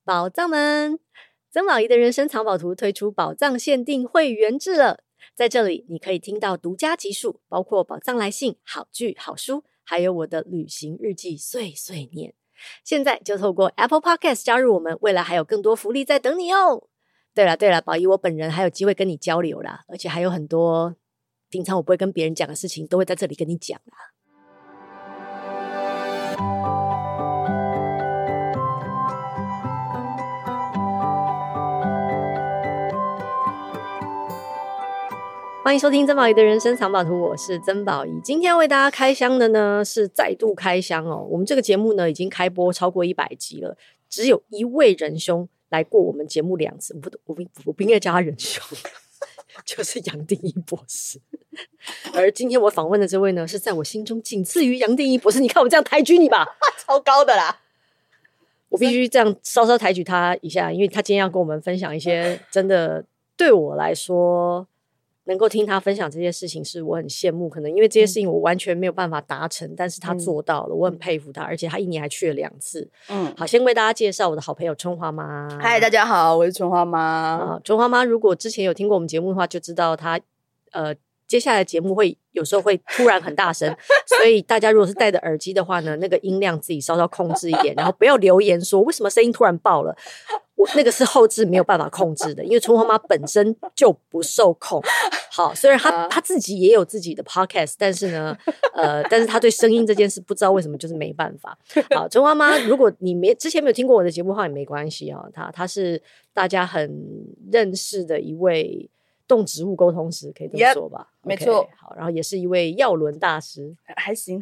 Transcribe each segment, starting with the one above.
宝藏们，曾宝仪的人生藏宝图推出宝藏限定会员制了，在这里你可以听到独家集数，包括宝藏来信、好剧、好书，还有我的旅行日记碎碎念。现在就透过 Apple Podcast 加入我们，未来还有更多福利在等你哦。对了，宝仪我本人还有机会跟你交流啦，而且还有很多平常我不会跟别人讲的事情，都会在这里跟你讲啦。欢迎收听曾宝仪的人生藏宝图，我是曾宝仪。今天要为大家开箱的呢是再度开箱哦。我们这个节目呢已经开播超过100集了，只有一位仁兄来过我们节目2次，我不应该叫他仁兄，就是杨定一博士。而今天我访问的这位呢，是在我心中仅次于杨定一博士。你看我这样抬举你吧， 超高的啦！ 我必须这样稍稍抬举他一下，因为他今天要跟我们分享一些真的对我来说。能够听他分享这些事情是我很羡慕，可能因为这些事情我完全没有办法达成，但是他做到了，我很佩服他，而且他1年还去了2次。好，先为大家介绍我的好朋友春花妈。 嗨，大家好，我是春花妈。 春花妈如果之前有听过我们节目的话，就知道她接下来的节目会有时候会突然很大声，所以大家如果是戴着耳机的话呢，那个音量自己稍稍控制一点，然后不要留言说为什么声音突然爆了。我那个是后置没有办法控制的，因为春花妈本身就不受控。好，虽然她自己也有自己的 podcast， 但是呢，但是她对声音这件事不知道为什么就是没办法。好，春花妈，如果你之前没有听过我的节目的话也没关系啊，她是大家很认识的一位动植物沟通师，可以这么说吧？ 没错。 Okay，好，然后也是一位药轮大师， 还行。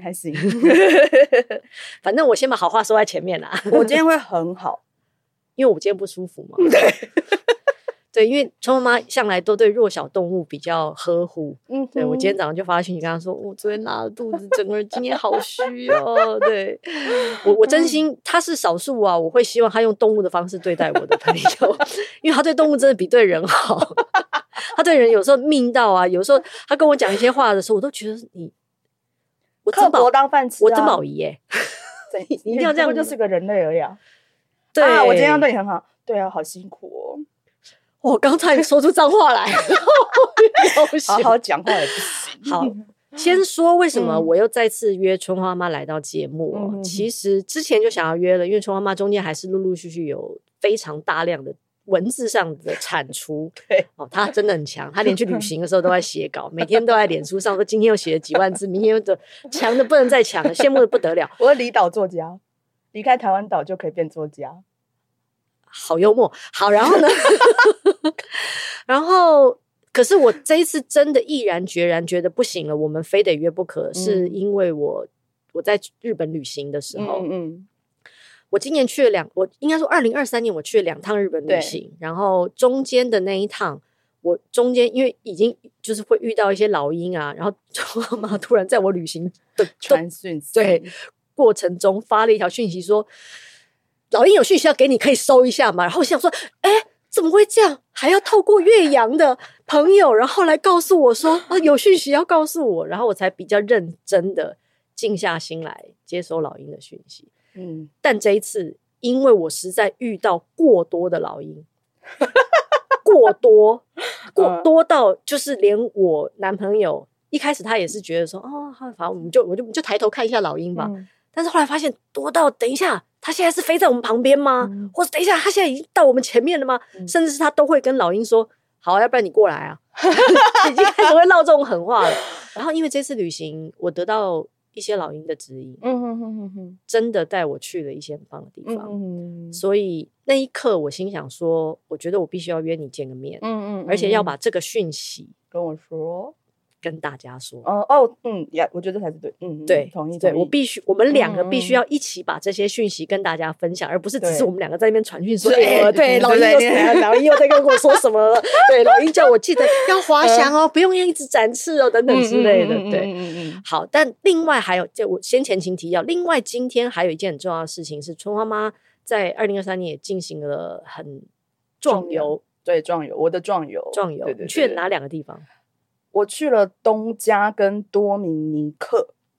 反正我先把好话说在前面啦。 我今天会很好。 因为我今天不舒服嘛。对，因为春花妈向来都对弱小动物比较呵护。对，我今天早上就发讯息跟她说，我昨天拉了肚子，整个人今天好虚哦。对，我真心，她是少数啊，我会希望她用动物的方式对待我的朋友，因为她对动物真的比对人好。她对人有时候命到啊，有时候她跟我讲一些话的时候，我都觉得我刻薄当饭吃啊， 我曾宝仪耶。你一定要这样， 不就是个人类而已啊。 对啊，我今天要对你很好。对啊，好辛苦哦。 我刚才说出脏话来。 好好讲话也不行。 好，先说为什么我又再次约春花妈来到节目。其实之前就想要约了，因为春花妈中间还是陆陆续续有非常大量的文字上的产出。 对哦，她真的很强，她连去旅行的时候都在写稿，每天都在脸书上说今天又写了几万字，明天又强的不能再强了，羡慕的不得了。 我是离岛作家，离开台湾岛就可以变作家。 好幽默。好，然后呢然后可是我这一次真的毅然决然觉得不行了，我们非得约不可。是因为我在日本旅行的时候，我今年去了我应该说2023年我去了2趟日本旅行，然后中间的那一趟我中间因为已经就是会遇到一些老鹰啊，然后春花妈突然在我旅行的传讯息对过程中发了一条讯息说老鹰有讯息要给你，可以收一下嘛？然后我想说怎么会这样，还要透过岳阳的朋友然后来告诉我说有讯息要告诉我，然后我才比较认真的静下心来接收老鹰的讯息。但这一次因为我实在遇到过多的老鹰过多到就是连我男朋友一开始他也是觉得说反正我们就抬头看一下老鹰吧。但是后来发现多到等一下他现在是飞在我们旁边吗？或者等一下他现在已经到我们前面了吗？甚至是他都会跟老鹰说好要不然你过来啊。已经开始会唠这种狠话了。然后因为这次旅行我得到一些老鹰的指引，真的带我去了一些很棒的地方。所以那一刻我心想说我觉得我必须要约你见个面，而且要把这个讯息跟我说跟大家说。 我觉得才是对。 对， 同意。 对，我们2个必须要一起把这些讯息跟大家分享，而不是只是我们2个在那边传讯说对老鹰又怎样，老鹰又在跟我说什么了。对，老鹰叫我记得要滑翔哦，不用一直展翅哦等等之类的。对，好，但另外还有就我先前情提要，另外今天还有一件很重要的事情是春花妈在2023年也进行了很壮游。 对，壮游，我的壮游。 对，去了哪2个地方？ 我去了东加跟多米尼克。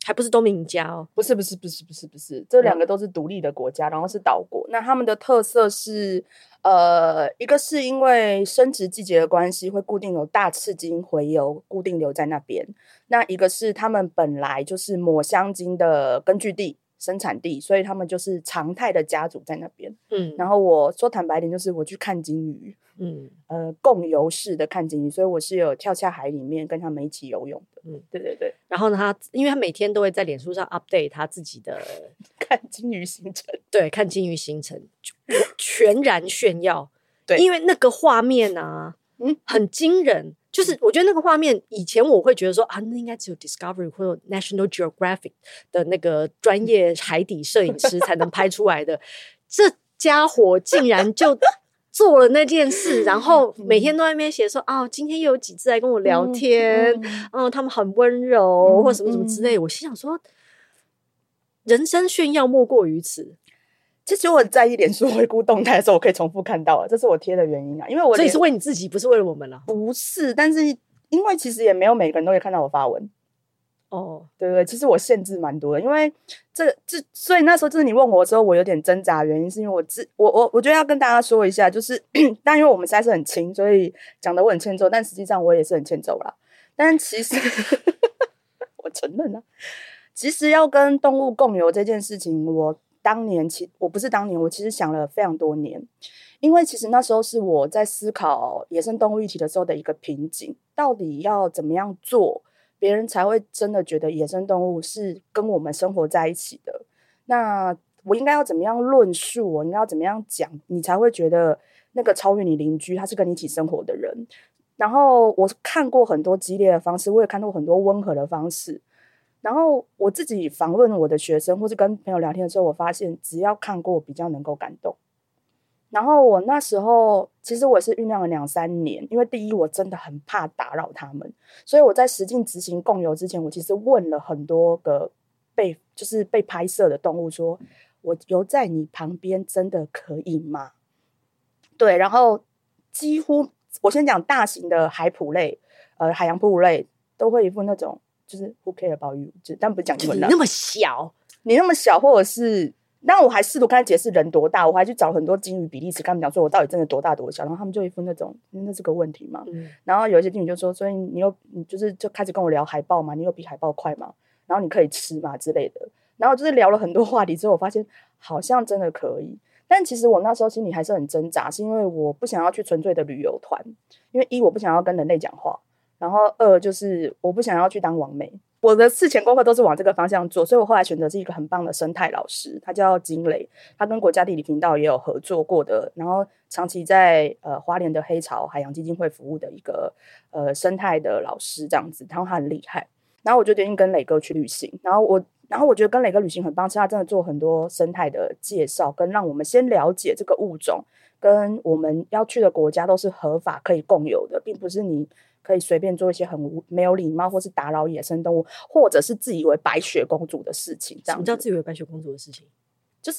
还不是多米尼加哦？ 不是，这2个都是独立的国家，然后是岛国。那他们的特色是，一个是因为生殖季节的关系，会固定有大赤金洄游固定留在那边。那一个是他们本来就是抹香鲸的根据地。生产地，所以他们就是常态的家族在那边。然后我说坦白一点，就是我去看鲸鱼，共游式的看鲸鱼，所以我是有跳下海里面跟他们一起游泳的。对。 然后呢，因为他每天都会在脸书上 update 他自己的看鲸鱼行程， 对，看鲸鱼行程，全然炫耀。 对， 因为那个画面啊，很惊人。就是我觉得那个画面，以前我会觉得说啊，那应该只有 Discovery 或者 National Geographic 的那个专业海底摄影师才能拍出来的。这家伙竟然就做了那件事，然后每天都在那边写说啊，今天又有几只来跟我聊天，他们很温柔，或什么什么之类。我心想说，人生炫耀莫过于此。 其实我很在意脸书回顾动态的时候，我可以重复看到，这是我贴的原因啊。因为我所以是为你自己，不是为了我们啦。 不是，但是因为其实也没有每个人都会看到我发文。对，其实我限制蛮多的，因为所以那时候就是你问我的时候，我有点挣扎，原因是因为我觉得要跟大家说一下，就是但因为我们实在是很亲，所以讲的我很欠揍，但实际上我也是很欠揍啦。但其实我承认啊，其实要跟动物共游这件事情，我其实想了非常多年，因为其实那时候是我在思考野生动物议题的时候的一个瓶颈，到底要怎么样做，别人才会真的觉得野生动物是跟我们生活在一起的。那我应该要怎么样论述，我应该要怎么样讲，你才会觉得那个超越你邻居，他是跟你一起生活的人。然后我看过很多激烈的方式，我也看过很多温和的方式。然后我自己访问我的学生或是跟朋友聊天的时候，我发现只要看过比较能够感动。然后我那时候其实我是酝酿了2-3年，因为第一我真的很怕打扰他们，所以我在实际执行共游之前，我其实问了很多个被拍摄的动物说，我游在你旁边真的可以吗？对，然后几乎我先讲大型的海哺类海洋哺乳类都会一副那种就是 who care about you， 但不是讲英文啦， 你那么小， 或者是，但我还试图跟他解释人多大，我还去找很多鲸鱼比例尺跟他们讲说我到底真的多大多小，然后他们就一副那种那是个问题嘛，然后有一些鲸鱼就说，所以你就开始跟我聊海豹嘛，你有比海豹快吗？然后你可以吃嘛之类的，然后就是聊了很多话题之后，我发现好像真的可以。但其实我那时候心里还是很挣扎，是因为我不想要去纯粹的旅游团，因为一我不想要跟人类讲话，然后二就是我不想要去当网媒，我的事前功课都是往这个方向做，所以我后来选择是一个很棒的生态老师，他叫金磊，他跟国家地理频道也有合作过的，然后长期在花莲的黑潮海洋基金会服务的一个生态的老师这样子，然后他很厉害，然后我就决定跟磊哥去旅行，然后我觉得跟磊哥旅行很棒，是他真的做很多生态的介绍，跟让我们先了解这个物种，跟我们要去的国家都是合法可以共有的，并不是你可以随便做一些很没有礼貌或是打扰野生动物，或者是自以为白雪公主的事情。这样，什么叫自以为白雪公主的事情？ 就是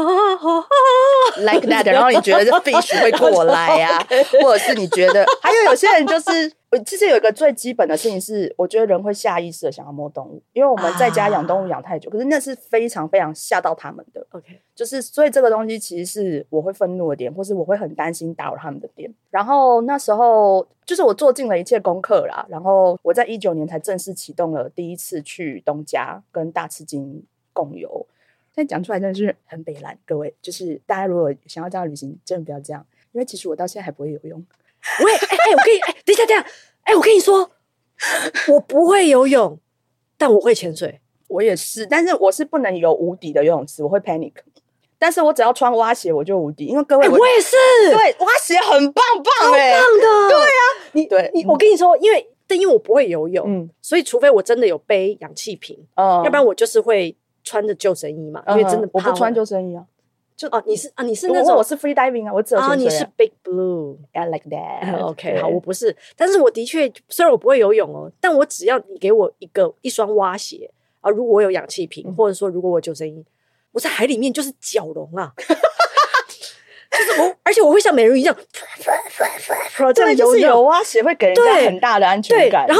like that， 然后你觉得这 fish 会过来啊，或者是你觉得还有些人就是其实有一个最基本的事情是，我觉得人会下意识的想要摸动物，因为我们在家养动物养太久，可是那是非常非常吓到他们的。 OK， 就是所以这个东西其实是我会愤怒的点，或是我会很担心打扰他们的点。然后那时候就是我做尽了一切功课啦，然后我在19年才正式启动了第一次去东加跟大赤金共游。但讲出来真的是很北蓝，各位就是大家如果想要这样旅行，真的不要这样，因为其实我到现在还不会游泳。 我跟你等一下，我跟你说，我不会游泳，但我会潜水。 我也是，但是我是不能有无底的游泳池，我会 panic。但是我只要穿蛙鞋我就无敌，因为各位我也是， 对，蛙鞋很棒超棒的， 对啊， 我跟你说，因为我不会游泳，所以除非我真的有背氧气瓶，要不然我就是会穿着救生衣嘛，因为真的我不穿救生衣啊。 你是那种， 我是 free diving 啊，我只有潜水你是 Big Blue， I like that。 OK， 好，我不是，但是我的确虽然我不会游泳哦，但我只要你给我一双蛙鞋啊，如果我有氧气瓶，或者说如果我有救生衣，我在海里面就是蛟龙啊。就是而且我会像美人鱼一样，这样就是有蛙鞋会给人家很大的安全感。 对，然后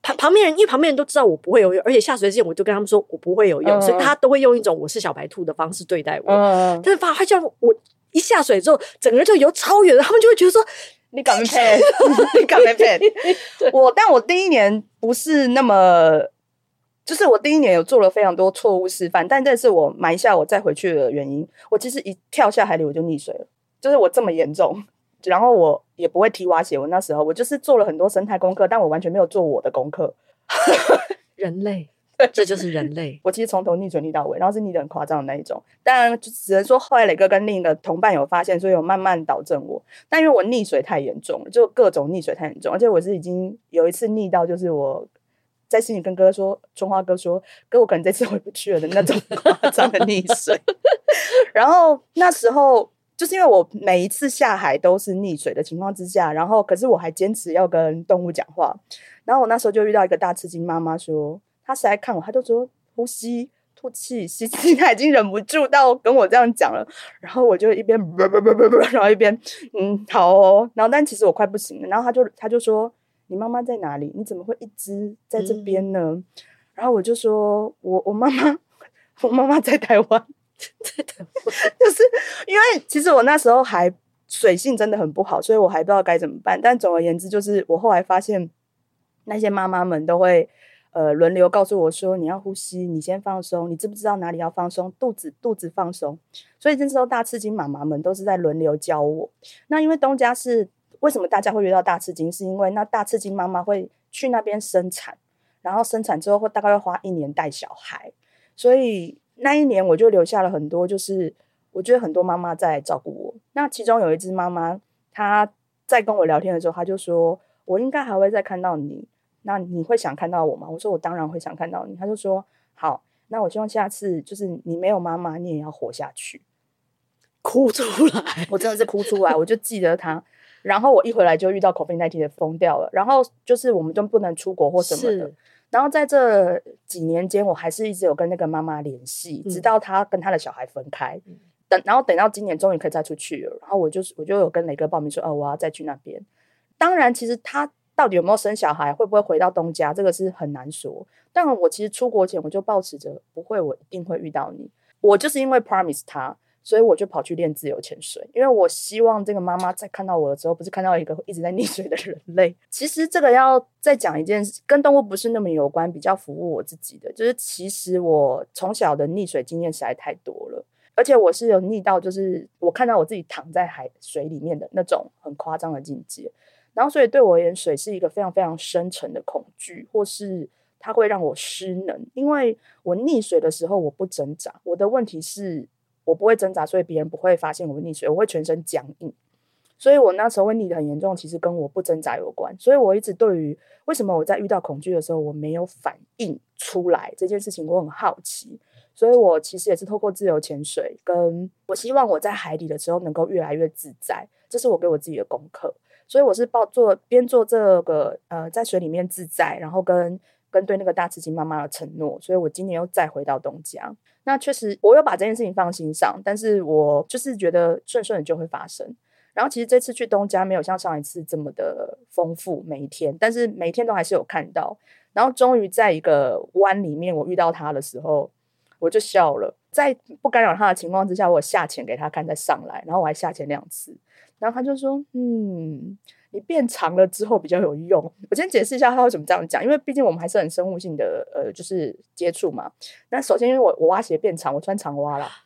旁边人，因为旁边人都知道我不会游泳，而且下水之前我就跟他们说我不会游泳，所以他都会用一种我是小白兔的方式对待我。但是他叫我一下水之后，整个人就游超远，他们就会觉得说你敢没骗？你敢没骗？但我第一年不是那么，就是我第一年有做了非常多错误示范，但这是我埋下我再回去的原因。我其实一跳下海里我就溺水了，就是我这么严重。然后我也不会踢蛙鞋，我那时候我就是做了很多生态功课，但我完全没有做我的功课。 人类，这就是人类。 我其实从头溺水溺到尾，然后是溺得很夸张的那一种。当然就只能说后来磊哥跟另一个同伴有发现，所以有慢慢导正我。但因为我溺水太严重了，就各种溺水太严重，而且我是已经有一次溺到，就是我在心里跟哥说，春花哥说，哥我可能这次回不去了的那种夸张的溺水。然后那时候。就是因为我每一次下海都是溺水的情况之下，然后可是我还坚持要跟动物讲话，然后我那时候就遇到一个大吃惊妈妈说，她实在看我，她就说呼吸吐气吸气，她已经忍不住到跟我这样讲了，然后我就一边然后一边好哦，然后但其实我快不行了，然后她就说你妈妈在哪里？你怎么会一直在这边呢？然后我就说我妈妈在台湾。就是因为其实我那时候还水性真的很不好，所以我还不知道该怎么办。但总而言之，就是我后来发现那些妈妈们都会轮流告诉我说，你要呼吸，你先放松，你知不知道哪里要放松？肚子放松。所以这时候大赤金妈妈们都是在轮流教我。那因为东家是为什么大家会约到大赤金，是因为那大赤金妈妈会去那边生产，然后生产之后大概会花1年带小孩，所以那一年我就留下了很多，就是我觉得很多妈妈在照顾我。那其中有一只妈妈，她在跟我聊天的时候，她就说我应该还会再看到你，那你会想看到我吗？我说我当然会想看到你。她就说好，那我希望下次就是你没有妈妈你也要活下去。 哭出来， 我真的是哭出来。我就记得她，然后我一回来就遇到 COVID-19 的疯掉了，然后就是我们就不能出国或什么的。然后在这几年间，我还是一直有跟那个妈妈联系，直到她跟她的小孩分开。然后等到今年终于可以再出去了，然后我就有跟磊哥报名说，我要再去那边。当然，其实他到底有没有生小孩，会不会回到东家，这个是很难说。但我其实出国前我就抱持着不会，我一定会遇到你。我就是因为 promise 他。所以我就跑去练自由潜水，因为我希望这个妈妈在看到我的时候，不是看到一个一直在溺水的人类。其实这个要再讲一件事，跟动物不是那么有关，比较服务我自己的，就是其实我从小的溺水经验实在太多了，而且我是有溺到，就是我看到我自己躺在水里面的那种很夸张的境界。然后所以对我而言，水是一个非常非常深沉的恐惧，或是它会让我失能。因为我溺水的时候我不挣扎，我的问题是我不会挣扎，所以别人不会发现我溺水，我会全身僵硬。所以我那时候会溺得很严重，其实跟我不挣扎有关。所以我一直对于为什么我在遇到恐惧的时候我没有反应出来这件事情我很好奇。所以我其实也是透过自由潜水，跟我希望我在海里的时候能够越来越自在，这是我给我自己的功课。所以我是边做这个在水里面自在，然后跟对那个大赤金妈妈的承诺，所以我今年又再回到东家。那确实我有把这件事情放心上，但是我就是觉得顺顺的就会发生。然后其实这次去东家没有像上一次这么的丰富每一天，但是每一天都还是有看到。然后终于在一个湾里面我遇到他的时候我就笑了，在不干扰他的情况之下，我下潜给他看再上来，然后我还下潜2次。然后他就说你变长了之后比较有用。我先解释一下他为什么这样讲，因为毕竟我们还是很生物性的就是接触嘛。那首先因为我蛙鞋变长，我穿长蛙啦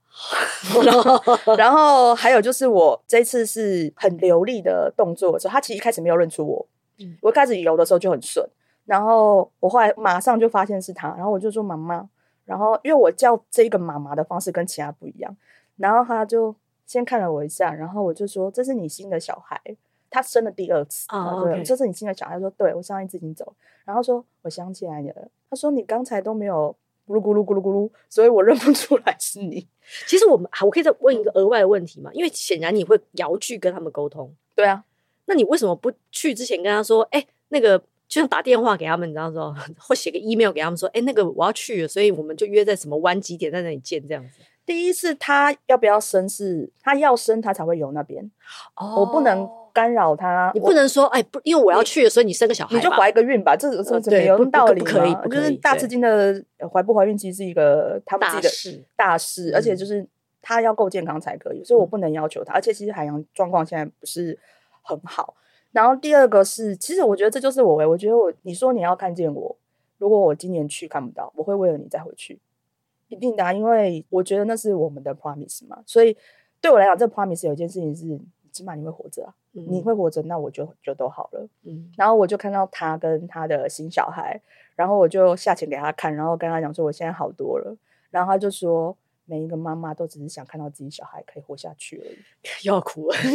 然后还有就是我这次是很流利的动作的时候，他其实一开始没有认出我。我一开始游的时候就很顺，然后我后来马上就发现是他，然后我就说妈妈，然后因为我叫这个妈妈的方式跟其他不一样，然后他就先看了我一下，然后我就说这是你新的小孩，他生了第2次对，这是你新的小孩。他说对，我上一次已经走了。然后说我想起来了，他说你刚才都没有咕噜咕噜咕噜咕噜，所以我认不出来是你。 其实我可以再问一个额外的问题吗？因为显然你会遥距跟他们沟通。 对啊， 那你为什么不去之前跟他说那个就像打电话给他们，你知道说，或写个 email 给他们说那个我要去了，所以我们就约在什么湾几点在那里见这样子。 第一是他要不要生，是他要生他才会游那边。我不能干扰他。 你不能说因为我要去了，所以你生个小孩吧， 你就怀个孕吧，这没有道理嘛。 不可以， 就是大赤金的怀不怀孕其实是一个他们自己的大事，而且就是他要够健康才可以，所以我不能要求他。而且其实海洋状况现在不是很好。然后第二个是，其实我觉得这就是我觉得你说你要看见我，如果我今年去看不到，我会为了你再回去，一定的因为我觉得那是我们的 promise 嘛。所以对我来讲，这 promise 有一件事情是，起码你会活着啊，你会活着，那我就都好了。然后我就看到他跟他的新小孩，然后我就下钱给他看，然后跟他讲说我现在好多了，然后他就说每一个妈妈都只是想看到自己小孩可以活下去而已， 又要哭了。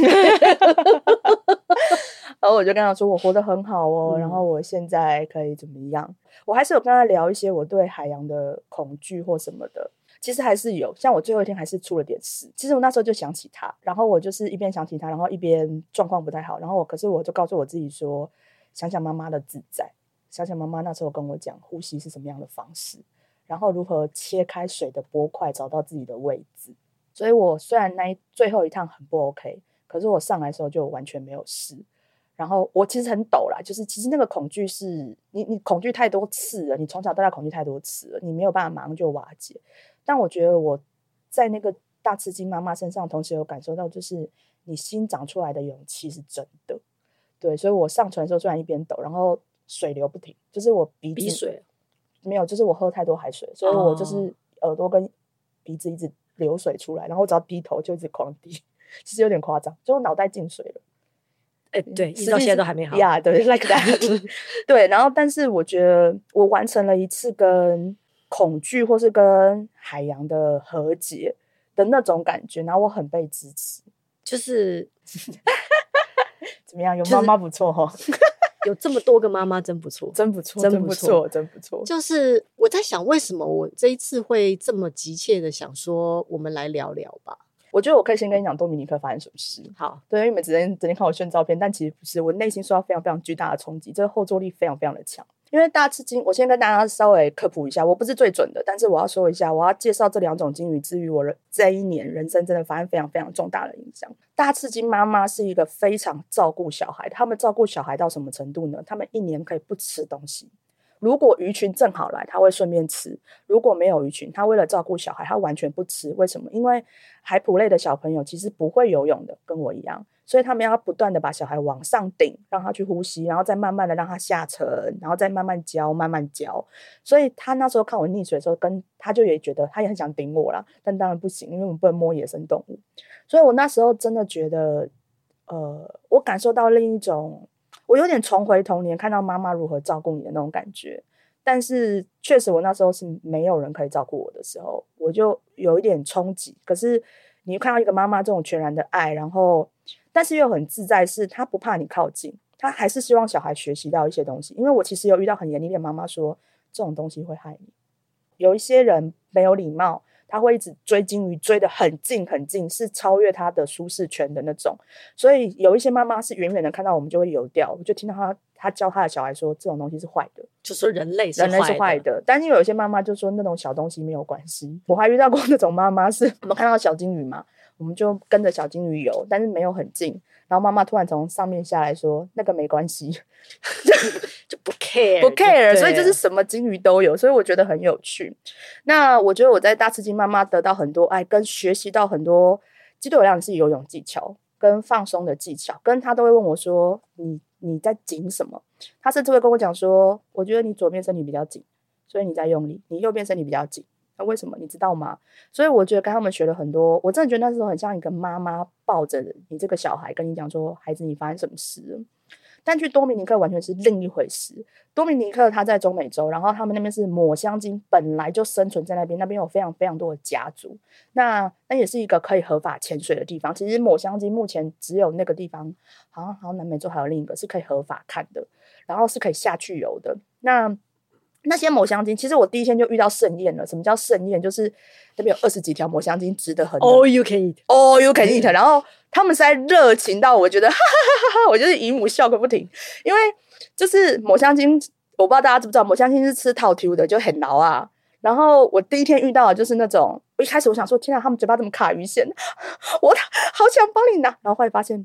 然后我就跟他说我活得很好哦，然后我现在可以怎么样。我还是有跟他聊一些我对海洋的恐惧或什么的，其实还是有，像我最后一天还是出了点事。其实我那时候就想起他，然后我就是一边想起他，然后一边状况不太好，然后可是我就告诉我自己说，想想妈妈的自在，想想妈妈那时候跟我讲呼吸是什么样的方式，然后如何切开水的波块找到自己的位置。所以我虽然最后一趟很不 OK， 可是我上来的时候就完全没有事。然后我其实很抖啦，就是其实那个恐惧是你恐惧太多次了，你从小到大恐惧太多次了，你没有办法马上就瓦解。但我觉得我在那个大赤金妈妈身上同时有感受到，就是你新长出来的勇气是真的。对，所以我上船的时候虽然一边抖，然后水流不停，就是我鼻水没有，就是我喝太多海水，所以我就是耳朵跟鼻子一直流水出来，然后我只要低头就一直狂滴，其实有点夸张，就我脑袋进水了。 对，一直到现在都还没好。 Yeah， 对 ，like that 。对，然后但是我觉得我完成了一次跟恐惧或是跟海洋的和解的那种感觉，然后我很被支持， 就是怎么样？有妈妈不错哦。 有这么多个妈妈真不错， 真不错，真不错，真不错。 就是我在想，为什么我这一次会这么急切的想说，我们来聊聊吧。 我觉得我可以先跟你讲多米尼克发生什么事。 好， 对，因为你们整天看我炫照片，但其实不是，我内心受到非常非常巨大的冲击，这个后坐力非常非常的强。因为大赤金，我先跟大家稍微科普一下，我不是最准的，但是我要说一下，我要介绍这2种金鱼，至于我这一年人生真的发生非常非常重大的影响。大赤金妈妈是一个非常照顾小孩，他们照顾小孩到什么程度呢？他们1年可以不吃东西。如果鱼群正好来，他会顺便吃；如果没有鱼群，他为了照顾小孩，他完全不吃。为什么？因为海哺类的小朋友其实不会游泳的，跟我一样，所以他们要不断的把小孩往上顶，让他去呼吸，然后再慢慢的让他下沉，然后再慢慢教，慢慢教。所以他那时候看我溺水的时候，他就也觉得他也很想顶我啦，但当然不行，因为我们不能摸野生动物。所以我那时候真的觉得，我感受到另一种。我有点重回童年，看到妈妈如何照顾你的那种感觉。但是确实我那时候是没有人可以照顾我的时候，我就有一点冲击。可是你看到一个妈妈这种全然的爱，然后但是又很自在，是她不怕你靠近，她还是希望小孩学习到一些东西。因为我其实有遇到很严厉的妈妈说，这种东西会害你。有一些人没有礼貌，他会一直追金鱼，追得很近很近，是超越他的舒适圈的那种。所以有一些妈妈是远远的看到我们就会游掉，我就听到他教他的小孩说这种东西是坏的， 就说人类是坏的。但是有一些妈妈就说那种小东西没有关系。我还遇到过那种妈妈，是我们看到小金鱼嘛，我们就跟着小金鱼游，但是没有很近，然后妈妈突然从上面下来说那个没关系就不 care， 所以就是什么金鱼都有，所以我觉得很有趣。那我觉得我在大赤金妈妈得到很多爱，跟学习到很多对我来讲是游泳技巧跟放松的技巧，跟他都会问我说你在紧什么，他甚至会跟我讲说我觉得你左边身体比较紧，所以你在用力，你右边身体比较紧，那为什么你知道吗？所以我觉得跟他们学了很多，我真的觉得那时候很像一个妈妈抱着你这个小孩跟你讲说孩子你发生什么事了。但去多米尼克完全是另一回事。多米尼克它在中美洲，然后他们那边是抹香鲸本来就生存在那边，那边有非常非常多的家族。那也是一个可以合法潜水的地方。其实抹香鲸目前只有那个地方，好像南美洲还有另一个是可以合法看的，然后是可以下去游的。那些抹香鲸，其实我第一天就遇到盛宴了。什么叫盛宴？就是那边有20几条抹香鲸，直得很。 All you can eat， all you can eat。然后他们实在热情到我觉得哈哈哈哈，我就是姨母笑个不停。因为就是抹香鲸，我不知道大家知不知道，抹香鲸是吃套 Q 的，就很牢啊。然后我第一天遇到的就是那种，一开始我想说，天啊，他们嘴巴怎么卡鱼线？我好想帮你拿，然后后来发现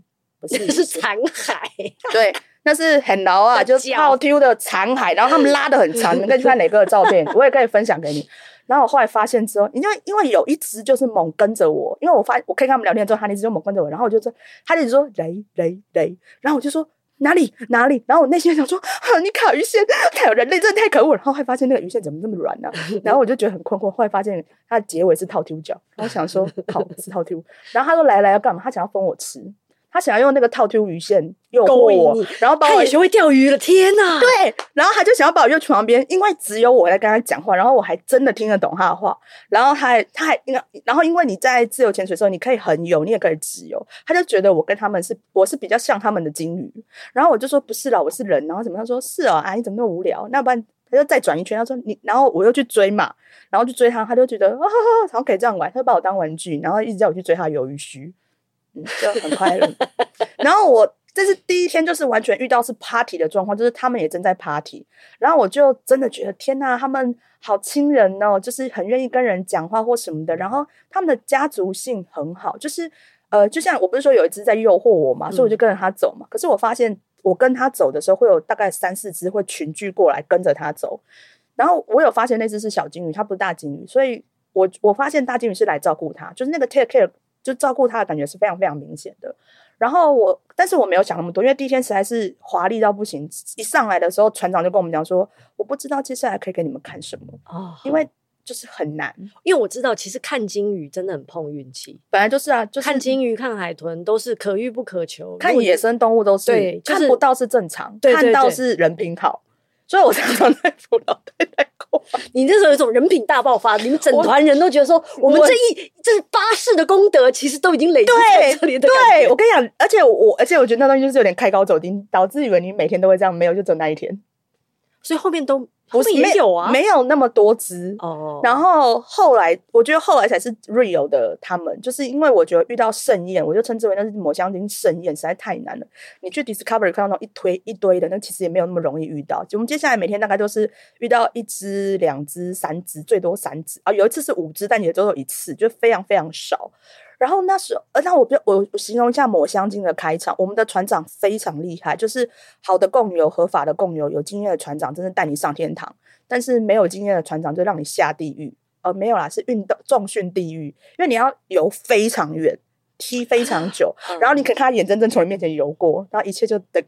不是那是残骸， 对，那是很老啊，就是套 Q 的残骸，然后他们拉得很长，你可以去看哪个的照片，我也可以分享给你。然后我后来发现之后，因为有一只就是猛跟着我，因为我可以跟他们聊天之后，他那只就猛跟着我，然后我就说，他一直说雷，然后我就说哪里，然后我内心想说，你卡鱼线太有人类，真的太可恶了。然后还发现那个鱼线怎么这么软呢？然后我就觉得很困惑，后来发现它的结尾是套 Q 角，然后想说好是套 Q，然后他说来要干嘛？他想要分我吃。他想要用那个套 Q 鱼线诱惑我，然后把我他也学会钓鱼了，天哪！ 对，然后他就想要把我约去旁边，因为只有我在跟他讲话，然后我还真的听得懂他的话，然后然后因为你在自由潜水的时候，你可以横游，你也可以直游，他就觉得我是比较像他们的鲸鱼，然后我就说不是啦，我是人，然后怎么他说是哦，你怎么那么无聊？那不然他就再转一圈，他说你，然后我又去追嘛，然后去追他，他就觉得好像可以这样玩，他就把我当玩具，然后一直叫我去追他的鱿鱼须。就很快乐。然后这是第一天，就是完全遇到是 party 的状况，就是他们也正在 party， 然后我就真的觉得天哪，他们好亲人哦，就是很愿意跟人讲话或什么的，然后他们的家族性很好，就是就像我不是说有一只在诱惑我嘛，所以我就跟着他走嘛，可是我发现我跟他走的时候会有大概3-4只会群聚过来跟着他走，然后我有发现那只是小金鱼，它不是大金鱼，所以我发现大金鱼是来照顾他，就是那个 take care就照顾他的感觉是非常非常明显的。然后但是我没有想那么多，因为第一天实在是华丽到不行，一上来的时候船长就跟我们讲说，我不知道接下来可以给你们看什么，因为就是很难。 因为我知道其实看鲸鱼真的很碰运气， 本来就是啊，就是看鲸鱼看海豚都是可遇不可求， 看野生动物都是，对，就是、看不到是正常， 对对对， 看到是人品好。所以我常常在扶老太太过来， 你那时候有一种人品大爆发，你们整团人都觉得说，我们这巴士的功德其实都已经累积在这里的感觉。 对，我跟你讲，而且我觉得那东西就是有点开高走低，导致以为你每天都会这样，没有，就只有那一天。 所以后面都不是也有啊， 没有那么多只哦。然后我觉得后来才是 real 的他们，就是因为我觉得遇到盛宴，我就称之为那是抹香鲸盛宴，实在太难了。你去 Discovery 看到那种一堆的，那其实也没有那么容易遇到。我们接下来每天大概都是遇到1只、2只、3只，最多3只啊。有一次是5只，但也只有1次，就非常非常少。然后那时候，那我形容一下抹香鲸的开场。我们的船长非常厉害，就是好的共游、合法的共游，有经验的船长真的带你上天堂，但是没有经验的船长就让你下地狱。没有啦，是重训地狱，因为你要游非常远，踢非常久，然后你可以看他眼睁睁从你面前游过，然后一切就the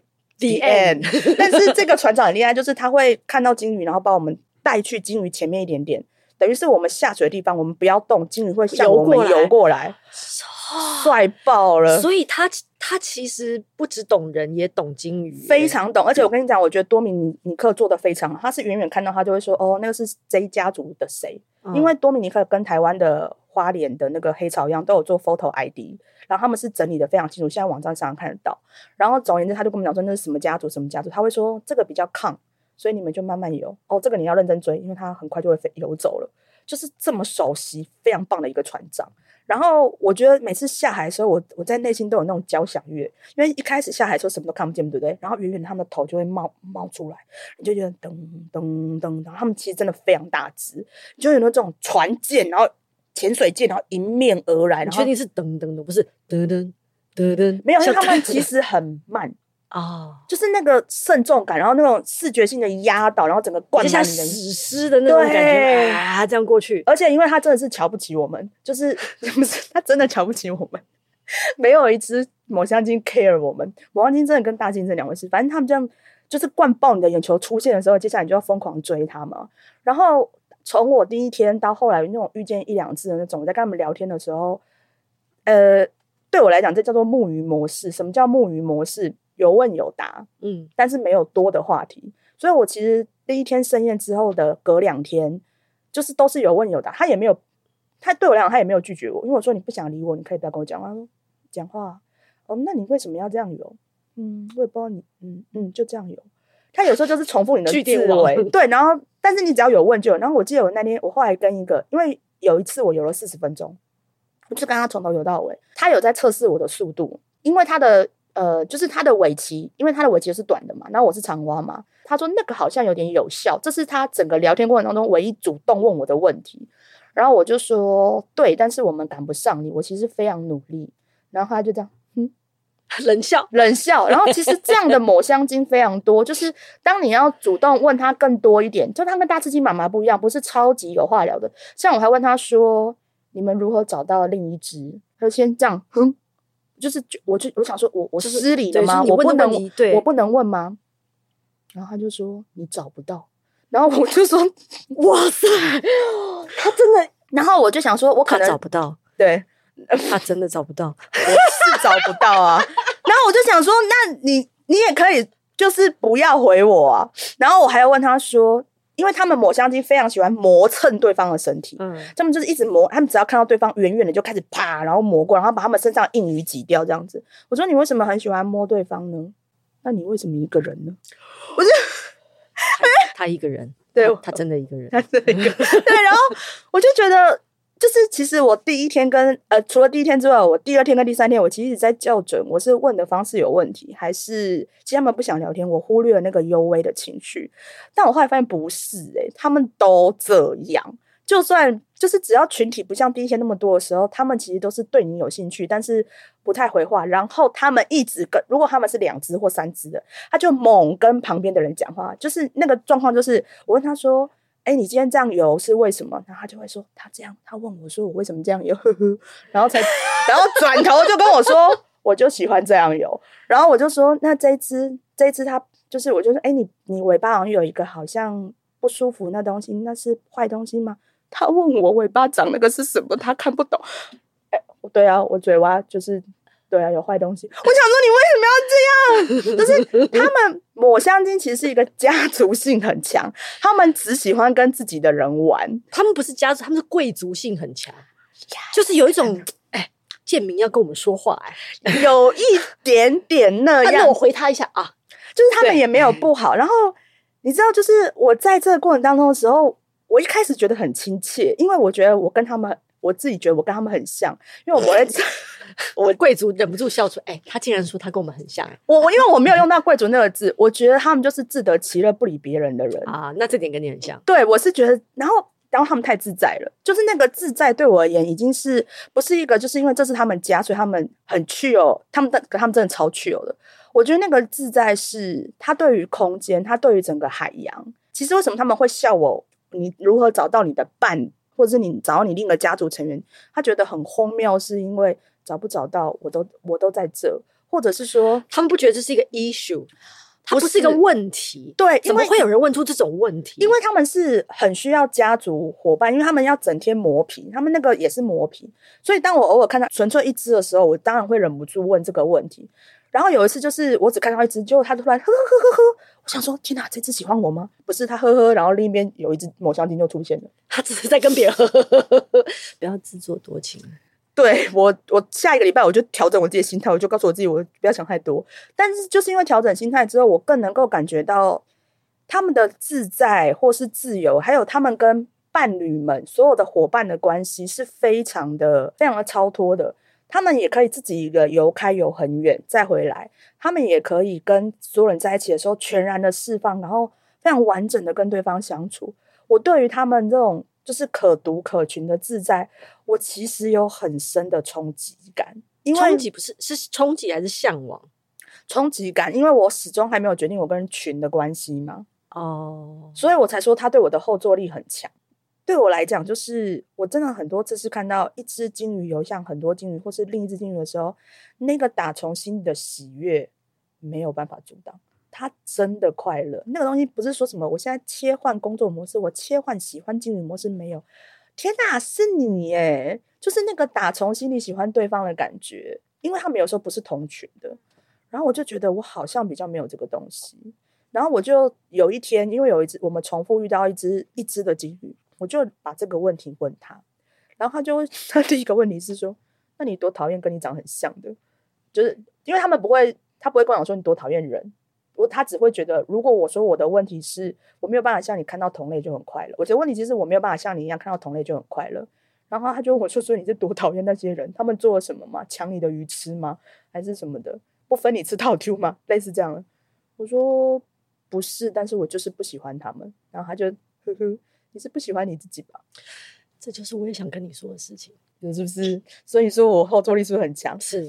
end。但是这个船长很厉害，就是他会看到鲸鱼，然后把我们带去鲸鱼前面一点点。等于是我们下水的地方，我们不要动，鲸鱼会向我们游过来，帅爆了。 所以他其实不只懂人，也懂鲸鱼， 非常懂。而且我跟你讲，我觉得多米尼克做的非常好，他是远远看到他就会说，哦，那个是这一家族的谁。因为多米尼克跟台湾的花莲的那个黑潮一样，都有做 photo ID， 然后他们是整理的非常清楚，现在网站上看得到。然后总而言之，他就跟我们讲说那是什么家族什么家族，他会说这个比较抗，所以你们就慢慢游哦，这个你要认真追，因为他很快就会游走了。就是这么熟悉，非常棒的一个船长。然后我觉得每次下海的时候，我在内心都有那种交响乐，因为一开始下海的时候什么都看不见，对不对？然后远远他们的头就会冒出来，你就觉得噔噔噔，然后他们其实真的非常大只，你就有那种船舰，然后潜水舰，然后迎面而来。 你确定是噔噔的，不是噔噔噔噔？ 没有，因为他们其实很慢。就是那个慎重感，然后那种视觉性的压倒，然后整个灌满你的史诗的那种感觉这样过去。 而且因为他真的是瞧不起我们，就是他真的瞧不起我们，没有一只抹香鲸 care 我们。抹香鲸真的跟大鲸是2回事，反正他们这样就是灌爆你的眼球出现的时候，接下来你就要疯狂追他嘛。然后从我第一天到后来那种遇见1-2次的那种，我在跟他们聊天的时候，对我来讲这叫做木鱼模式。什么叫木鱼模式？有问有答，但是没有多的话题。所以我其实第一天盛宴之后的隔2天，就是都是有问有答。他对我来讲他也没有拒绝我，因为我说你不想理我，你可以不要跟我讲话。他说讲话那你为什么要这样游？我也不知道你就这样游。他有时候就是重复你的思维，对，然后但是你只要有问就有。然后我记得我那天我后来跟一个，因为有一次我游了40分钟，我就跟他从头游到尾。他有在测试我的速度，因为他的就是他的尾鳍，因为他的尾鳍是短的嘛，然后我是长蛙嘛。他说那个好像有点有效，这是他整个聊天过程当中唯一主动问我的问题。然后我就说对，但是我们赶不上你，我其实非常努力。然后他就这样冷笑。 然后其实这样的抹香鲸非常多，就是当你要主动问他更多一点，就他跟大赤金妈妈不一样，不是超级有话聊的。像我还问他说你们如何找到另一只，他就先这样就是我想说我失礼了吗？我不能问吗？然后他就说你找不到，然后我就说哇塞，他真的， 然后我就想说我可能找不到， 对， 他真的找不到， 我是找不到啊。然后我就想说那你也可以就是不要回我啊。然后我还要问他说，因为他们抹香鲸非常喜欢磨蹭对方的身体，他们就是一直磨，他们只要看到对方远远的就开始啪，然后磨过，然后把他们身上硬鱼挤掉这样子。我说你为什么很喜欢摸对方呢？那你为什么一个人呢？我就他一个人， 对， 他真的一个人， 他真的一个人对，然后我就觉得就是其实我第一天跟除了第一天之外，我第二天跟第三天我其实一直在校准我是问的方式有问题，还是其实他们不想聊天，我忽略了那个幽微的情绪。但我后来发现不是他们都这样，就算就是只要群体不像第一天那么多的时候，他们其实都是对你有兴趣，但是不太回话。然后他们一直如果他们是2只或3只的，他就猛跟旁边的人讲话，就是那个状况就是我问他说你今天这样游是为什么？然后他就会说他这样，他问我说我为什么这样游，呵呵，然后转头就跟我说我就喜欢这样游。然后我就说那这一只他就是我就说你尾巴好像有一个好像不舒服那东西，那是坏东西吗？他问我尾巴长那个是什么，他看不懂。对啊，我嘴巴就是对啊有坏东西。我想说你为什么要这样？就是他们抹香鲸其实是一个家族性很强，他们只喜欢跟自己的人玩。 他们不是家族，他们是贵族性很强，就是有一种建明要跟我们说话有一点点那样。 那我回他一下啊， 就是他们也没有不好。然后你知道，就是我在这个过程当中的时候，我一开始觉得很亲切，因为我觉得我自己觉得我跟他们很像，因为我贵族忍不住笑出他竟然说他跟我们很像因为我没有用到贵族那个字，我觉得他们就是自得其乐不理别人的人啊，那这点跟你很像。 对，我是觉得然后他们太自在了，就是那个自在对我而言已经是不是一个就是因为这是他们家所以他们很chill，他们真的超chill的。我觉得那个自在是他对于空间，他对于整个海洋。其实为什么他们会笑我你如何找到你的伴，或者是你找到你另一个家族成员，他觉得很荒谬，是因为找不找到我都在这，或者是说他们不觉得这是一个 issue， 它不是一个问题。 对， 怎么会有人问出这种问题？ 因为他们是很需要家族伙伴，因为他们要整天磨皮，他们那个也是磨皮，所以当我偶尔看到纯粹一只的时候，我当然会忍不住问这个问题。然后有一次就是我只看到一只，结果他突然呵呵呵呵呵，我想说天哪，这只喜欢我吗？不是，他呵呵，然后另一边有一只抹香鲸就出现了， 他只是在跟别人呵呵呵呵呵，不要自作多情。 对，我下一个礼拜我就调整我自己的心态，我就告诉我自己我不要想太多。但是就是因为调整心态之后，我更能够感觉到他们的自在或是自由，还有他们跟伴侣们所有的伙伴的关系是非常的超脱的。他们也可以自己一个游开游很远再回来，他们也可以跟所有人在一起的时候全然的释放，然后非常完整的跟对方相处。我对于他们这种就是可独可群的自在，我其实有很深的冲击感。因为冲击不是冲击还是向往？ 冲击感，因为我始终还没有决定我跟群的关系嘛。所以我才说他对我的后坐力很强。对我来讲，就是我真的很多次是看到一只金鱼游向很多金鱼，或是另一只金鱼的时候，那个打从心里的喜悦没有办法阻挡，他真的快乐。那个东西不是说什么我现在切换工作模式，我切换喜欢金鱼模式，没有。天哪，是你耶！就是那个打从心里喜欢对方的感觉，因为他们有时候不是同群的，然后我就觉得我好像比较没有这个东西。然后我就有一天，因为有一只我们重复遇到一只的金鱼，我就把这个问题问他，然后他第一个问题是说，那你多讨厌跟你长很像的？就是因为他不会跟我说你多讨厌人，他只会觉得如果我说我的问题是我没有办法像你看到同类就很快乐，我的问题其实我没有办法像你一样看到同类就很快乐。然后他就问我说，所以你是多讨厌那些人？他们做了什么吗？抢你的鱼吃吗？还是什么的？不分你吃套丢吗？类似这样的。我说不是，但是我就是不喜欢他们。然后他就呵呵，你是不喜欢你自己吧？ 这就是我也想跟你说的事情， 是不是？所以说我后坐力是不是很强？ 是。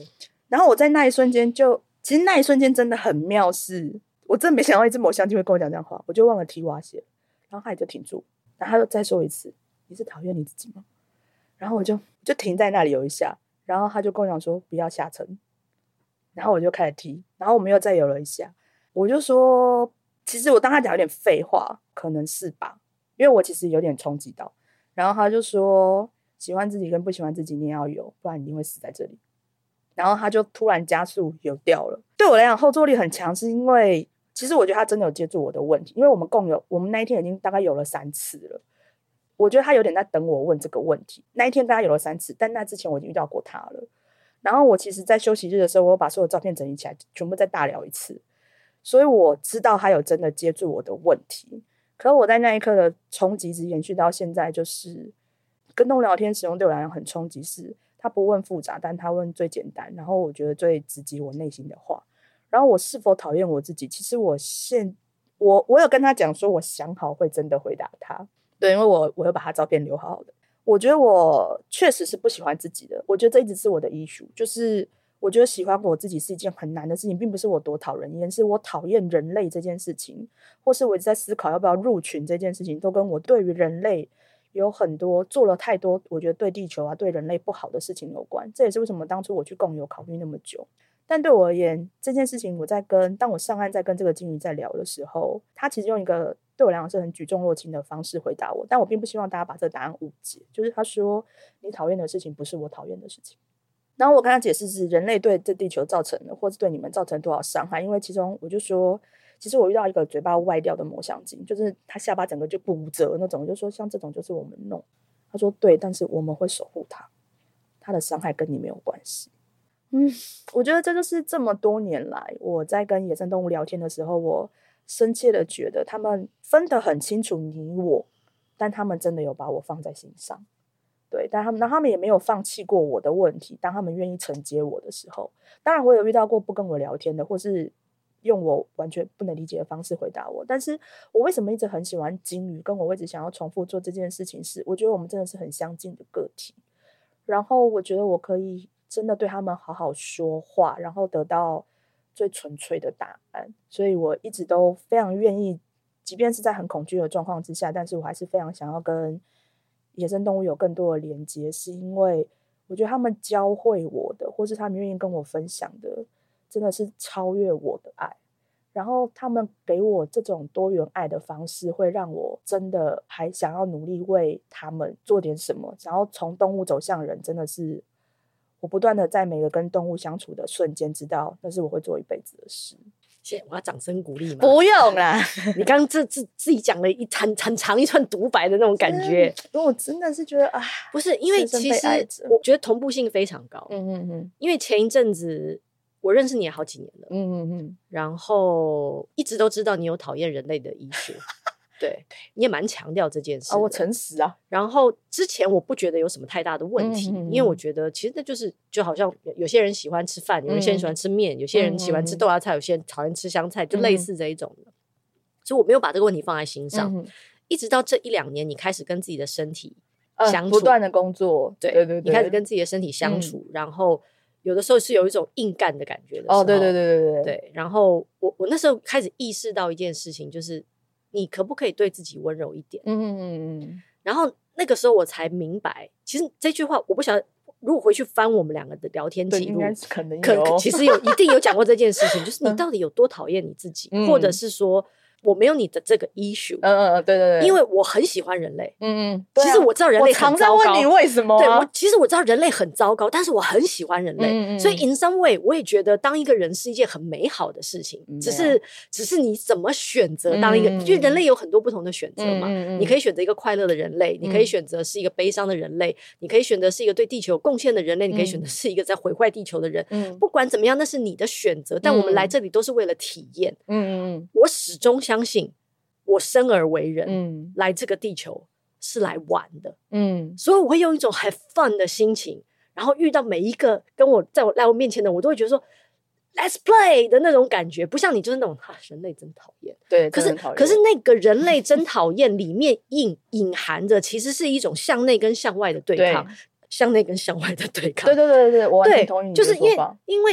然后我在那一瞬间其实那一瞬间真的很妙，是我真的没想到一只抹香鲸会跟我讲这样话，我就忘了踢蛙鞋，然后他也就停住，然后他又再说一次，你是讨厌你自己吗？然后我就停在那里有一下，然后他就跟我讲说不要下沉，然后我就开始踢，然后我们又再游了一下，我就说其实我当他讲有点废话，可能是吧，因为我其实有点冲击到，然后他就说喜欢自己跟不喜欢自己你也要游，不然你一定会死在这里。然后他就突然加速游掉了。对我来讲后坐力很强，是因为其实我觉得他真的有接住我的问题，因为我们那一天已经大概游了3次了，我觉得他有点在等我问这个问题。那一天大概游了3次，但那之前我已经遇到过他了。然后我其实在休息日的时候，我把所有照片整理起来，全部再大聊一次，所以我知道他有真的接住我的问题。可我在那一刻的冲击一直延续到现在，就是跟动物聊天使用对我来讲很冲击，是他不问复杂，但他问最简单，然后我觉得最直击我内心的话。然后我是否讨厌我自己，其实我有跟他讲说我想好会真的回答他，对，因为我有把他照片留好好的。我觉得我确实是不喜欢自己的，我觉得这一直是我的 issue， 就是我觉得喜欢我自己是一件很难的事情，并不是我多讨人厌，是我讨厌人类这件事情，或是我一直在思考要不要入群这件事情，都跟我对于人类有很多做了太多我觉得对地球啊对人类不好的事情有关。这也是为什么当初我去共游考虑那么久。但对我而言，这件事情当我上岸在跟这个鲸鱼在聊的时候，他其实用一个对我来讲是很举重若轻的方式回答我，但我并不希望大家把这个答案误解，就是他说你讨厌的事情不是我讨厌的事情。然后我跟他解释是人类对这地球造成的，或是对你们造成多少伤害，因为其中我就说其实我遇到一个嘴巴歪掉的抹香鲸，就是他下巴整个就骨折那种，我就说像这种就是我们弄。他说对，但是我们会守护他，他的伤害跟你没有关系。我觉得这就是这么多年来我在跟野生动物聊天的时候，我深切的觉得他们分得很清楚你我，但他们真的有把我放在心上。对，但他们也没有放弃过我的问题，当他们愿意承接我的时候。当然我有遇到过不跟我聊天的，或是用我完全不能理解的方式回答我，但是我为什么一直很喜欢鲸鱼，跟我一直想要重复做这件事情，是我觉得我们真的是很相近的个体，然后我觉得我可以真的对他们好好说话，然后得到最纯粹的答案。所以我一直都非常愿意，即便是在很恐惧的状况之下，但是我还是非常想要跟野生动物有更多的连接，是因为我觉得他们教会我的，或是他们愿意跟我分享的，真的是超越我的爱。然后他们给我这种多元爱的方式，会让我真的还想要努力为他们做点什么，想要从动物走向人，真的是我不断的在每个跟动物相处的瞬间知道那是我会做一辈子的事。 谢谢，我要掌声鼓励吗？ 不用啦你刚刚自己讲了很长一串独白的那种感觉， 因为我真的是觉得不是，因为其实我觉得同步性非常高。因为前一阵子我认识你也好几年了，然后一直都知道你有讨厌人类的医学，对，你也蛮强调这件事我诚实啊。 然后之前我不觉得有什么太大的问题，因为我觉得其实那就好像有些人喜欢吃饭，有些人喜欢吃面，有些人喜欢吃豆芽菜，有些人讨厌吃香菜，就类似这一种的。所以我没有把这个问题放在心上，一直到这1-2年，你开始跟自己的身体相处， 不断的工作，对， 你开始跟自己的身体相处，然后有的时候是有一种硬干的感觉的时候，对。然后我那时候开始意识到一件事情，就是你可不可以对自己温柔一点？然后那个时候我才明白，其实这句话我不晓得，如果回去翻我们两个的聊天记录， 可能有， 其实一定有讲过这件事情，就是你到底有多讨厌你自己，或者是说我没有你的这个 issue， 对， 因为我很喜欢人类， 其实我知道人类很糟糕， 我常在问你为什么， 对，其实我知道人类很糟糕，但是我很喜欢人类，所以 in some way 我也觉得当一个人是一件很美好的事情，只是你怎么选择当一个，就人类有很多不同的选择嘛，你可以选择一个快乐的人类，你可以选择是一个悲伤的人类，你可以选择是一个对地球有贡献的人类，你可以选择是一个在毁坏地球的人，不管怎么样那是你的选择，但我们来这里都是为了体验，我始终相信我生而为人，来这个地球是来玩的，所以我会用一种很 fun 的心情，然后遇到每一个来我面前的，我都会觉得说 let's play 的那种感觉，不像你就是那种人类真讨厌， 对， 可是那个人类真讨厌里面隐含着其实是一种向内跟向外的对抗，向内跟向外的对抗， 对，我完全同意你的说法， 就是因为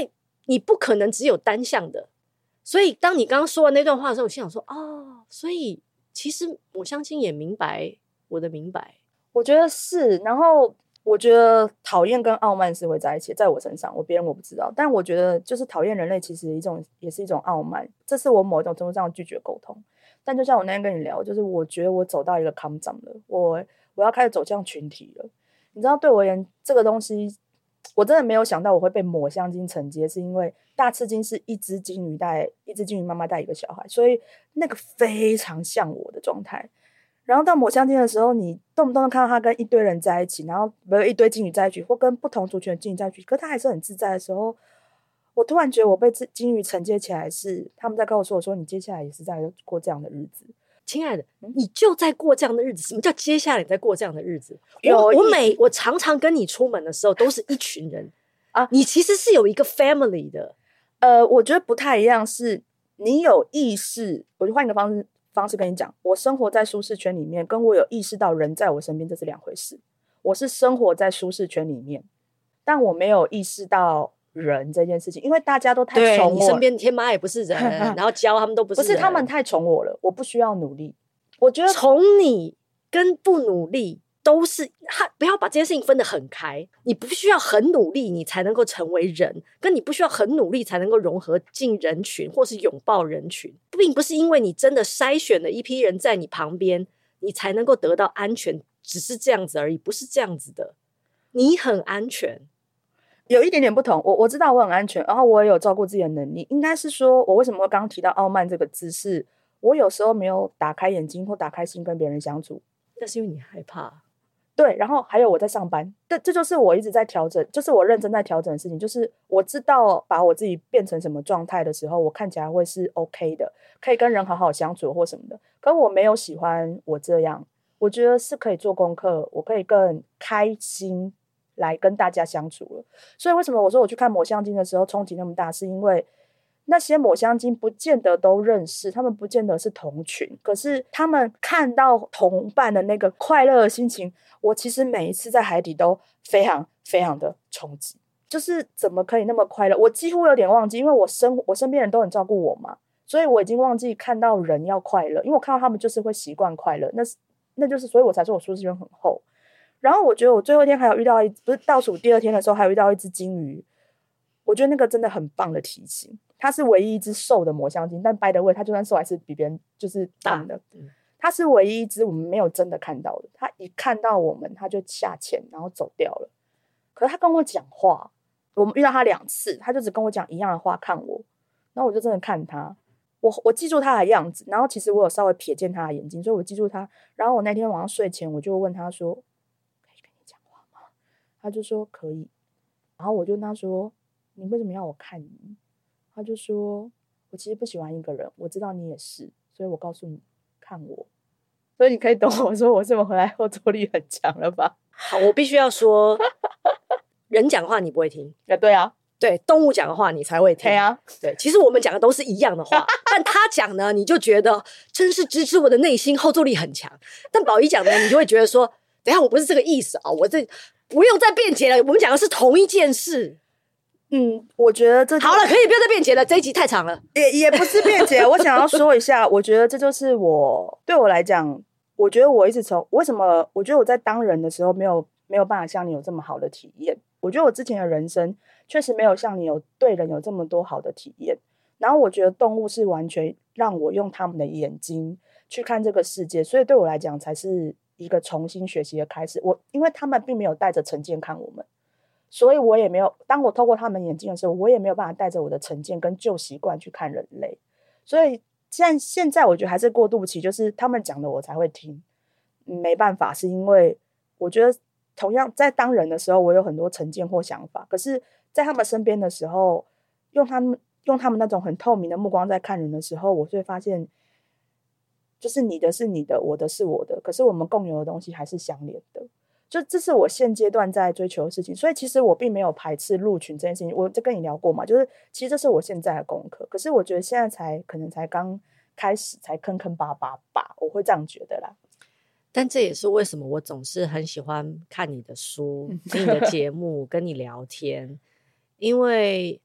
你不可能只有单向的。所以当你刚刚说的那段话的时候，我心想说所以其实抹香鲸也明白我的明白。 我觉得是，然后我觉得讨厌跟傲慢是会在一起，在我身上，别人我不知道，但我觉得就是讨厌人类其实也是一种傲慢，这是我某一种程度上拒绝沟通。但就像我那天跟你聊，就是我觉得我走到一个康长了，我要开始走向群体了。你知道对我而言这个东西我真的没有想到我会被抹香鲸承接，是因为大赤鲸是一只鲸鱼妈妈带一个小孩，所以那个非常像我的状态。然后到抹香鲸的时候，你动不动看到他跟一堆人在一起，然后没有一堆鲸鱼在一起，或跟不同族群的鲸鱼在一起，可他还是很自在的时候，我突然觉得我被鲸鱼承接起来，是他们在告诉我说你接下来也是在过这样的日子。 亲爱的，你就在过这样的日子。什么叫接下来你在过这样的日子？我常常跟你出门的时候都是一群人啊，你其实是有一个 family 的。 我觉得不太一样，是你有意识，我就换一个方式跟你讲，我生活在舒适圈里面，跟我有意识到人在我身边，这是两回事。我是生活在舒适圈里面，但我没有意识到人这件事情，因为大家都太宠我， 你身边天妈也不是人，然后教他们都不是人， 不是他们太宠我了，我不需要努力。我觉得宠你跟不努力都是，不要把这件事情分得很开。你不需要很努力你才能够成为人，跟你不需要很努力才能够融合进人群或是拥抱人群，并不是因为你真的筛选了一批人在你旁边你才能够得到安全，只是这样子而已，不是这样子的。你很安全， 有一点点不同。我知道我很安全，然后我也有照顾自己的能力。应该是说我为什么刚刚提到傲慢这个字，是我有时候没有打开眼睛或打开心跟别人相处， 那是因为你害怕。 对，然后还有我在上班，这就是我一直在调整，就是我认真在调整的事情。就是我知道把我自己变成什么状态的时候，我看起来会是 OK 的，可以跟人好好相处或什么的。可我没有喜欢我这样，我觉得是可以做功课，我可以更开心来跟大家相处了。所以为什么我说我去看抹香鲸的时候冲击那么大，是因为那些抹香鲸不见得都认识，他们不见得是同群，可是他们看到同伴的那个快乐的心情，我其实每一次在海底都非常非常的冲击，就是怎么可以那么快乐？我几乎有点忘记，因为我身边人都很照顾我嘛，所以我已经忘记看到人要快乐，因为我看到他们就是会习惯快乐，那就是所以我才说我舒适圈很厚。然后我觉得我最后一天还有遇到不是倒数第2天的时候，还有遇到一只鲸鱼，我觉得那个真的很棒的体型。它是唯一一只瘦的抹香鲸，但 by the way 它就算瘦还是比别人就是大的。它是唯一一只我们没有真的看到的，它一看到我们它就下潜然后走掉了。可是它跟我讲话，我们遇到它2次，它就只跟我讲一样的话，看我，然后我就真的看它，我记住它的样子，然后其实我有稍微瞥见它的眼睛，所以我记住它。然后我那天晚上睡前我就问它说，可以跟你讲话吗？他就说可以。然后我就跟他说，你为什么要我看你？他就说，我其实不喜欢一个人，我知道你也是，所以我告诉你看我。所以你可以懂我说我是不是回来后坐力很强了吧？ 好，我必须要说人讲话你不会听。 对啊， 对，动物讲的话你才会听。 对啊， 对，其实我们讲的都是一样的话，但他讲呢你就觉得真是直指我的内心，后坐力很强。但宝仪讲呢你就会觉得说，等一下我不是这个意思啊，我这不用再辩解了，我们讲的是同一件事。 我觉得这好了，可以不要再辩解了，这一集太长了。 也不是辩解，我想要说一下，我觉得这就是对我来讲，我觉得我一直为什么我觉得我在当人的时候没有办法像你有这么好的体验。我觉得我之前的人生确实没有像你对人有这么多好的体验。然后我觉得动物是完全让我用他们的眼睛去看这个世界，所以对我来讲才是一个重新学习的开始。因为他们并没有带着成见看我们。所以我也没有，当我透过他们眼睛的时候，我也没有办法带着我的成见跟旧习惯去看人类。所以现在我觉得还是过渡期，就是他们讲的我才会听。没办法，是因为我觉得同样在当人的时候，我有很多成见或想法，可是在他们身边的时候，用他们那种很透明的目光在看人的时候，我就会发现，就是你的是你的，我的是我的，可是我们共有的东西还是相连的。就这是我现阶段在追求的事情，所以其实我并没有排斥入群这件事情。我就跟你聊过嘛，就是其实这是我现在的功课。可是我觉得现在可能才刚开始，才坑巴巴吧，我会这样觉得啦。 但这也是为什么我总是很喜欢看你的书、听你的节目、跟你聊天，因为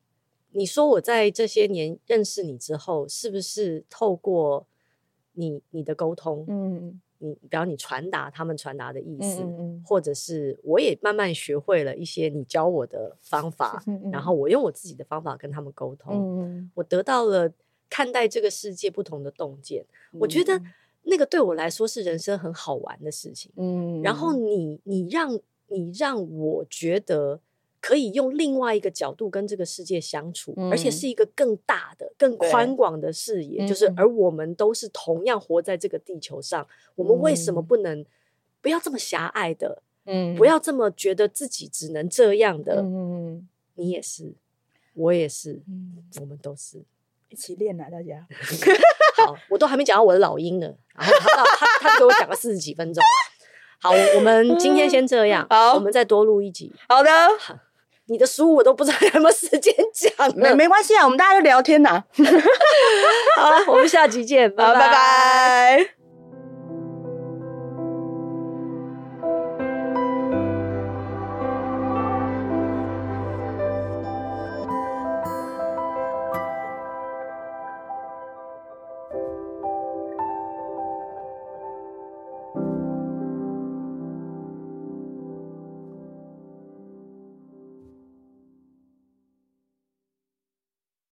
你说我在这些年认识你之后，是不是透过你的沟通，比方你传达他们传达的意思，或者是我也慢慢学会了一些你教我的方法，然后我用我自己的方法跟他们沟通，我得到了看待这个世界不同的洞见，我觉得那个对我来说是人生很好玩的事情。然后你让我觉得可以用另外一个角度跟这个世界相处，而且是一个更大的更宽广的视野，就是而我们都是同样活在这个地球上，我们为什么不要这么狭隘的，不要这么觉得自己只能这样的，你也是，我也是，我们都是一起练啊，大家。 好，我都还没讲到我的老鹰呢，然后他给我讲了40几分钟。好，我们今天先这样，好，我们再多录一集。 好的。 你的书我都不知道有没有时间讲了， 没关系啊，我们大家就聊天啊。 好了，我们下集见，拜拜。